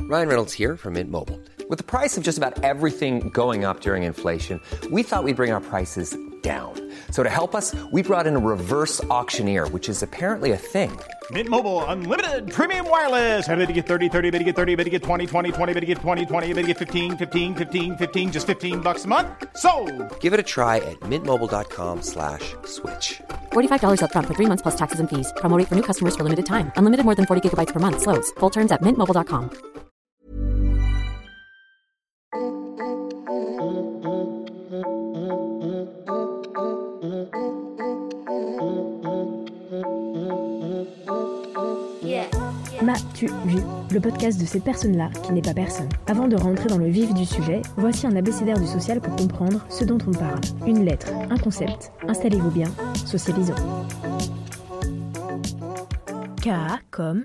Ryan Reynolds here from Mint Mobile. With the price of just about everything going up during inflation, we thought we'd bring our prices down. So to help us, we brought in a reverse auctioneer, which is apparently a thing. Mint Mobile Unlimited Premium Wireless. How to get 30, 30, bit to get 30, bit to get 20, 20, 20, bit to get 20, 20, bit to get 15, 15, 15, 15, just $15 a month? Sold! Give it a try at mintmobile.com/switch. $45 up front for 3 months plus taxes and fees. Promo rate for new customers for limited time. Unlimited more than 40 gigabytes per month. Slows full terms at mintmobile.com. M'as-tu vu, le podcast de cette personne-là qui n'est pas personne. Avant de rentrer dans le vif du sujet, voici un abécédaire du social pour comprendre ce dont on parle. Une lettre, un concept, installez-vous bien, socialisons. K comme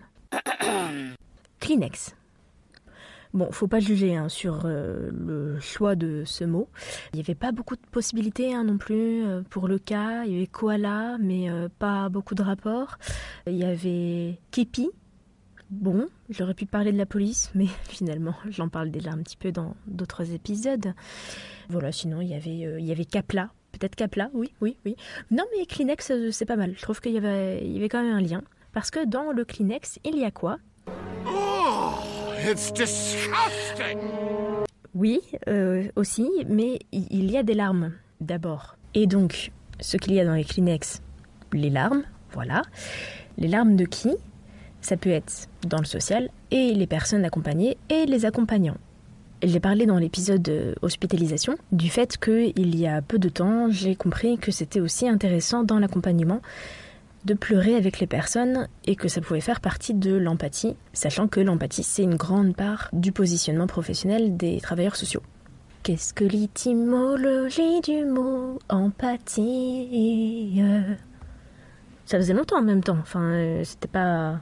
Kleenex. Bon, faut pas juger sur le choix de ce mot. Il n'y avait pas beaucoup de possibilités non plus pour le cas. Il y avait koala, mais pas beaucoup de rapports. Il y avait képi. Bon, j'aurais pu parler de la police, mais finalement, j'en parle déjà un petit peu dans d'autres épisodes. Voilà, sinon, il y avait Capla. Peut-être Capla, oui. Non, mais Kleenex, c'est pas mal. Je trouve qu'il y avait quand même un lien. Parce que dans le Kleenex, il y a quoi ? Oh, it's disgusting! Oui, aussi, mais il y a des larmes, d'abord. Et donc, ce qu'il y a dans les Kleenex, les larmes, voilà. Les larmes de qui ? Ça peut être dans le social, et les personnes accompagnées, et les accompagnants. J'ai parlé dans l'épisode hospitalisation du fait qu'il y a peu de temps, j'ai compris que c'était aussi intéressant dans l'accompagnement de pleurer avec les personnes et que ça pouvait faire partie de l'empathie, sachant que l'empathie, c'est une grande part du positionnement professionnel des travailleurs sociaux. Qu'est-ce que l'étymologie du mot empathie ? Ça faisait longtemps en même temps, c'était pas...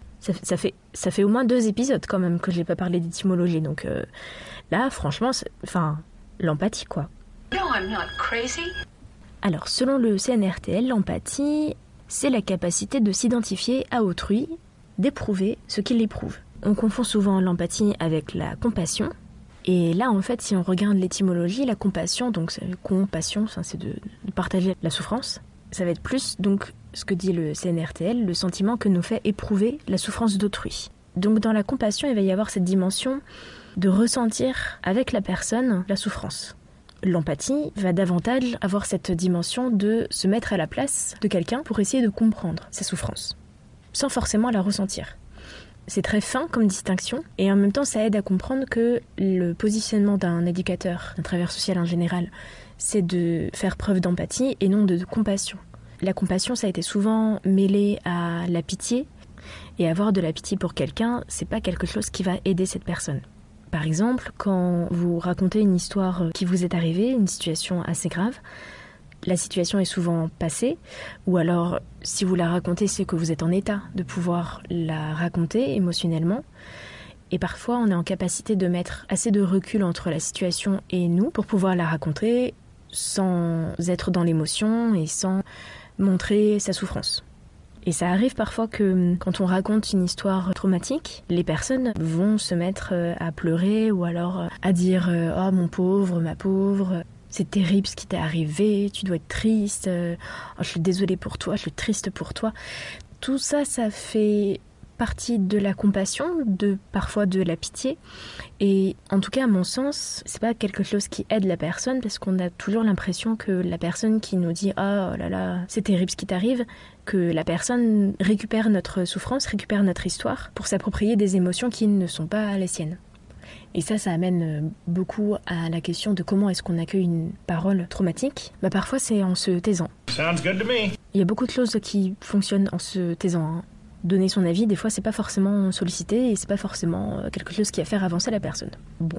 Ça fait au moins 2 épisodes quand même que j'ai pas parlé d'étymologie, donc là, franchement, l'empathie quoi. No, I'm not crazy. Alors, selon le CNRTL, l'empathie, c'est la capacité de s'identifier à autrui, d'éprouver ce qu'il éprouve. On confond souvent l'empathie avec la compassion, et là, en fait, si on regarde l'étymologie, la compassion, donc compassion, c'est de partager la souffrance, ça va être plus, donc, ce que dit le CNRTL, le sentiment que nous fait éprouver la souffrance d'autrui. Donc dans la compassion, il va y avoir cette dimension de ressentir avec la personne la souffrance. L'empathie va davantage avoir cette dimension de se mettre à la place de quelqu'un pour essayer de comprendre sa souffrance, sans forcément la ressentir. C'est très fin comme distinction, et en même temps ça aide à comprendre que le positionnement d'un éducateur, d'un travailleur social en général, c'est de faire preuve d'empathie et non de compassion. La compassion, ça a été souvent mêlé à la pitié, et avoir de la pitié pour quelqu'un, c'est pas quelque chose qui va aider cette personne. Par exemple, quand vous racontez une histoire qui vous est arrivée, une situation assez grave, la situation est souvent passée, ou alors si vous la racontez, c'est que vous êtes en état de pouvoir la raconter émotionnellement, et parfois on est en capacité de mettre assez de recul entre la situation et nous pour pouvoir la raconter sans être dans l'émotion et sans montrer sa souffrance. Et ça arrive parfois que quand on raconte une histoire traumatique, les personnes vont se mettre à pleurer ou alors à dire « Oh mon pauvre, ma pauvre, c'est terrible ce qui t'est arrivé, tu dois être triste, oh, je suis désolée pour toi, je suis triste pour toi ». Tout ça, ça fait partie de la compassion, parfois de la pitié. Et en tout cas, à mon sens, c'est pas quelque chose qui aide la personne parce qu'on a toujours l'impression que la personne qui nous dit « Oh là là, c'est terrible ce qui t'arrive », que la personne récupère notre souffrance, récupère notre histoire pour s'approprier des émotions qui ne sont pas les siennes. Et ça amène beaucoup à la question de comment est-ce qu'on accueille une parole traumatique. Parfois, c'est en se taisant. Sounds good to me. Il y a beaucoup de choses qui fonctionnent en se taisant. Donner son avis, des fois, c'est pas forcément sollicité et c'est pas forcément quelque chose qui va faire avancer la personne. Bon.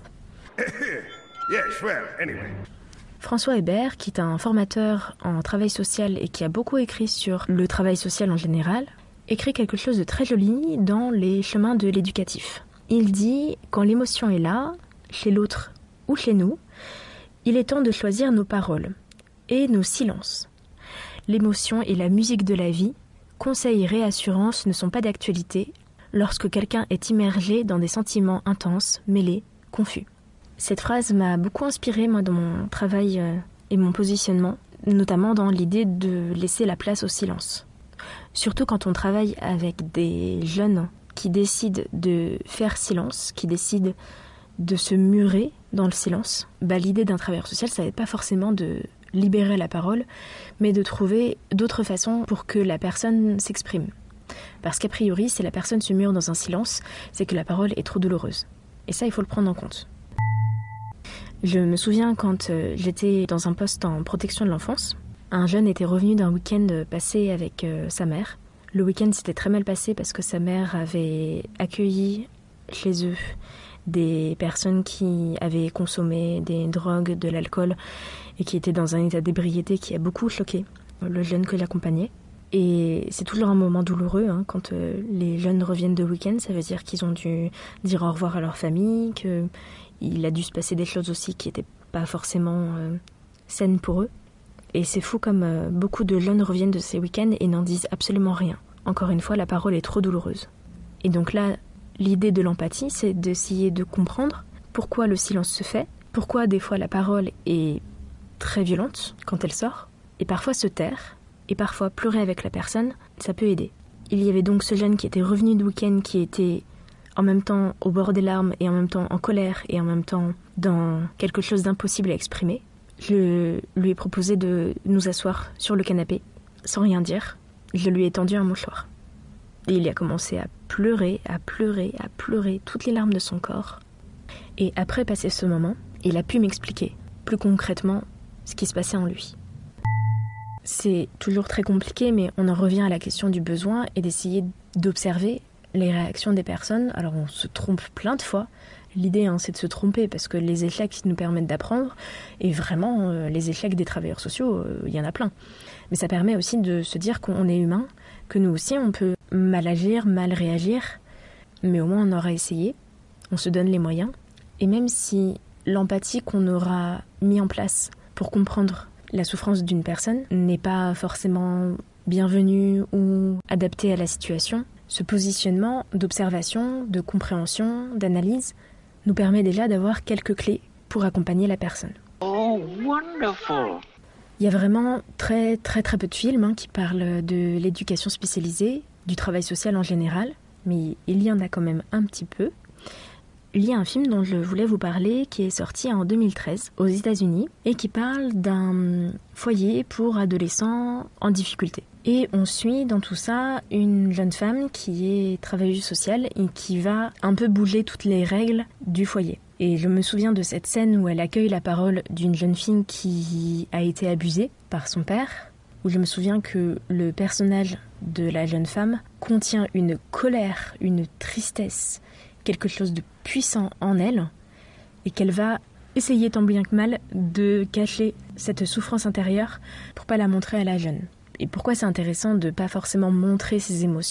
Yes, well, anyway. François Hébert, qui est un formateur en travail social et qui a beaucoup écrit sur le travail social en général, écrit quelque chose de très joli dans les chemins de l'éducatif. Il dit « Quand l'émotion est là, chez l'autre ou chez nous, il est temps de choisir nos paroles et nos silences. L'émotion est la musique de la vie. Conseils et réassurances ne sont pas d'actualité. lorsque quelqu'un est immergé dans des sentiments intenses, mêlés, confus. Cette phrase m'a beaucoup inspirée, moi, dans mon travail et mon positionnement, notamment dans l'idée de laisser la place au silence. Surtout quand on travaille avec des jeunes qui décident de faire silence, qui décident de se murer dans le silence. L'idée d'un travailleur social, ça n'est pas forcément de libérer la parole, mais de trouver d'autres façons pour que la personne s'exprime. Parce qu'a priori, si la personne se mure dans un silence, c'est que la parole est trop douloureuse. Et ça, il faut le prendre en compte. Je me souviens quand j'étais dans un poste en protection de l'enfance, un jeune était revenu d'un week-end passé avec sa mère. Le week-end s'était très mal passé parce que sa mère avait accueilli chez eux des personnes qui avaient consommé des drogues, de l'alcool et qui étaient dans un état d'ébriété qui a beaucoup choqué le jeune que j'accompagnais. Et c'est toujours un moment douloureux quand les jeunes reviennent de week-end. Ça veut dire qu'ils ont dû dire au revoir à leur famille, qu'il a dû se passer des choses aussi qui n'étaient pas forcément saines pour eux. Et c'est fou comme beaucoup de jeunes reviennent de ces week-ends et n'en disent absolument rien. Encore une fois, la parole est trop douloureuse. Et donc là, l'idée de l'empathie, c'est d'essayer de comprendre pourquoi le silence se fait, pourquoi des fois la parole est très violente quand elle sort, et parfois se taire, et parfois pleurer avec la personne, ça peut aider. Il y avait donc ce jeune qui était revenu de week-end, qui était en même temps au bord des larmes, et en même temps en colère, et en même temps dans quelque chose d'impossible à exprimer. Je lui ai proposé de nous asseoir sur le canapé, sans rien dire. Je lui ai tendu un mouchoir. Et il a commencé à pleurer, toutes les larmes de son corps. Et après passer ce moment, il a pu m'expliquer plus concrètement ce qui se passait en lui. C'est toujours très compliqué, mais on en revient à la question du besoin et d'essayer d'observer les réactions des personnes. Alors on se trompe plein de fois. L'idée, c'est de se tromper parce que les échecs nous permettent d'apprendre. Et vraiment, les échecs des travailleurs sociaux, il y en a plein. Mais ça permet aussi de se dire qu'on est humain, que nous aussi, on peut mal agir, mal réagir. Mais au moins, on aura essayé. On se donne les moyens. Et même si l'empathie qu'on aura mis en place pour comprendre la souffrance d'une personne n'est pas forcément bienvenue ou adaptée à la situation, ce positionnement d'observation, de compréhension, d'analyse nous permet déjà d'avoir quelques clés pour accompagner la personne. Oh, wonderful! Il y a vraiment très peu de films qui parlent de l'éducation spécialisée, du travail social en général, mais il y en a quand même un petit peu. Il y a un film dont je voulais vous parler qui est sorti en 2013 aux États-Unis et qui parle d'un foyer pour adolescents en difficulté. Et on suit dans tout ça une jeune femme qui est travailleuse sociale et qui va un peu bouger toutes les règles du foyer. Et je me souviens de cette scène où elle accueille la parole d'une jeune fille qui a été abusée par son père, où je me souviens que le personnage de la jeune femme contient une colère, une tristesse, quelque chose de puissant en elle, et qu'elle va essayer tant bien que mal de cacher cette souffrance intérieure pour pas la montrer à la jeune. Et pourquoi c'est intéressant de pas forcément montrer ses émotions ?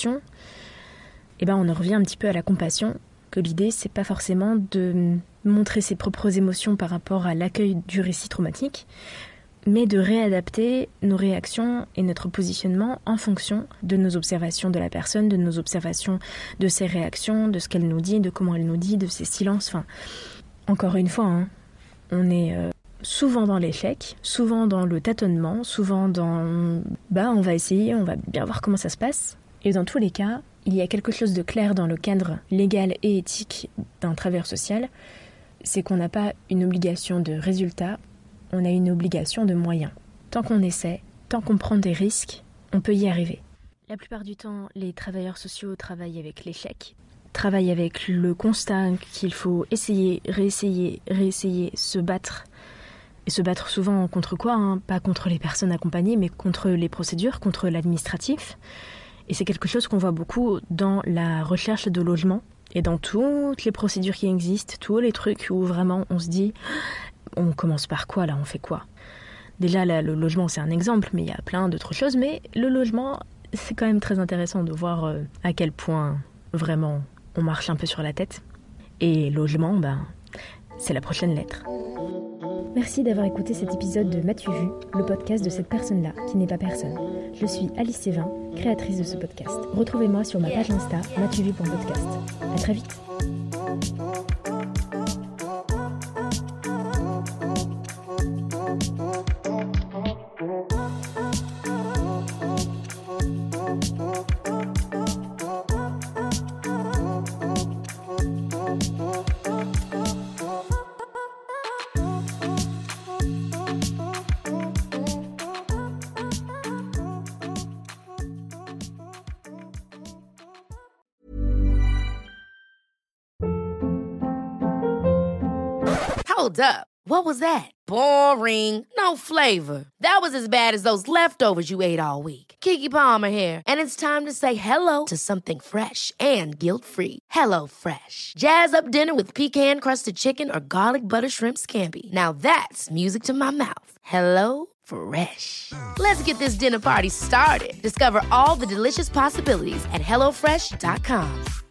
On en revient un petit peu à la compassion, que l'idée c'est pas forcément de montrer ses propres émotions par rapport à l'accueil du récit traumatique, mais de réadapter nos réactions et notre positionnement en fonction de nos observations de la personne, de nos observations de ses réactions, de ce qu'elle nous dit, de comment elle nous dit, de ses silences. Enfin, encore une fois, on est souvent dans l'échec, souvent dans le tâtonnement, souvent dans on va essayer, on va bien voir comment ça se passe. Et dans tous les cas, il y a quelque chose de clair dans le cadre légal et éthique d'un travailleur social, c'est qu'on n'a pas une obligation de résultat, on a une obligation de moyens. Tant qu'on essaie, tant qu'on prend des risques, on peut y arriver. La plupart du temps, les travailleurs sociaux travaillent avec l'échec, travaillent avec le constat qu'il faut essayer, réessayer, se battre. Et se battre souvent contre quoi ? Pas contre les personnes accompagnées, mais contre les procédures, contre l'administratif. Et c'est quelque chose qu'on voit beaucoup dans la recherche de logement et dans toutes les procédures qui existent, tous les trucs où vraiment on se dit on commence par quoi là, on fait quoi ? Déjà là, le logement c'est un exemple, mais il y a plein d'autres choses. Mais le logement, c'est quand même très intéressant de voir à quel point vraiment on marche un peu sur la tête. Et logement, c'est la prochaine lettre. Merci d'avoir écouté cet épisode de M'as-tu vu, le podcast de cette personne-là qui n'est pas personne. Je suis Alice Sévin, créatrice de ce podcast. Retrouvez-moi sur ma page Insta, matuvu.podcast. À très vite. Hold up. What was that? Boring. No flavor. That was as bad as those leftovers you ate all week. Keke Palmer here, and it's time to say hello to something fresh and guilt-free. Hello Fresh. Jazz up dinner with pecan-crusted chicken or garlic butter shrimp scampi. Now that's music to my mouth. Hello Fresh. Let's get this dinner party started. Discover all the delicious possibilities at HelloFresh.com.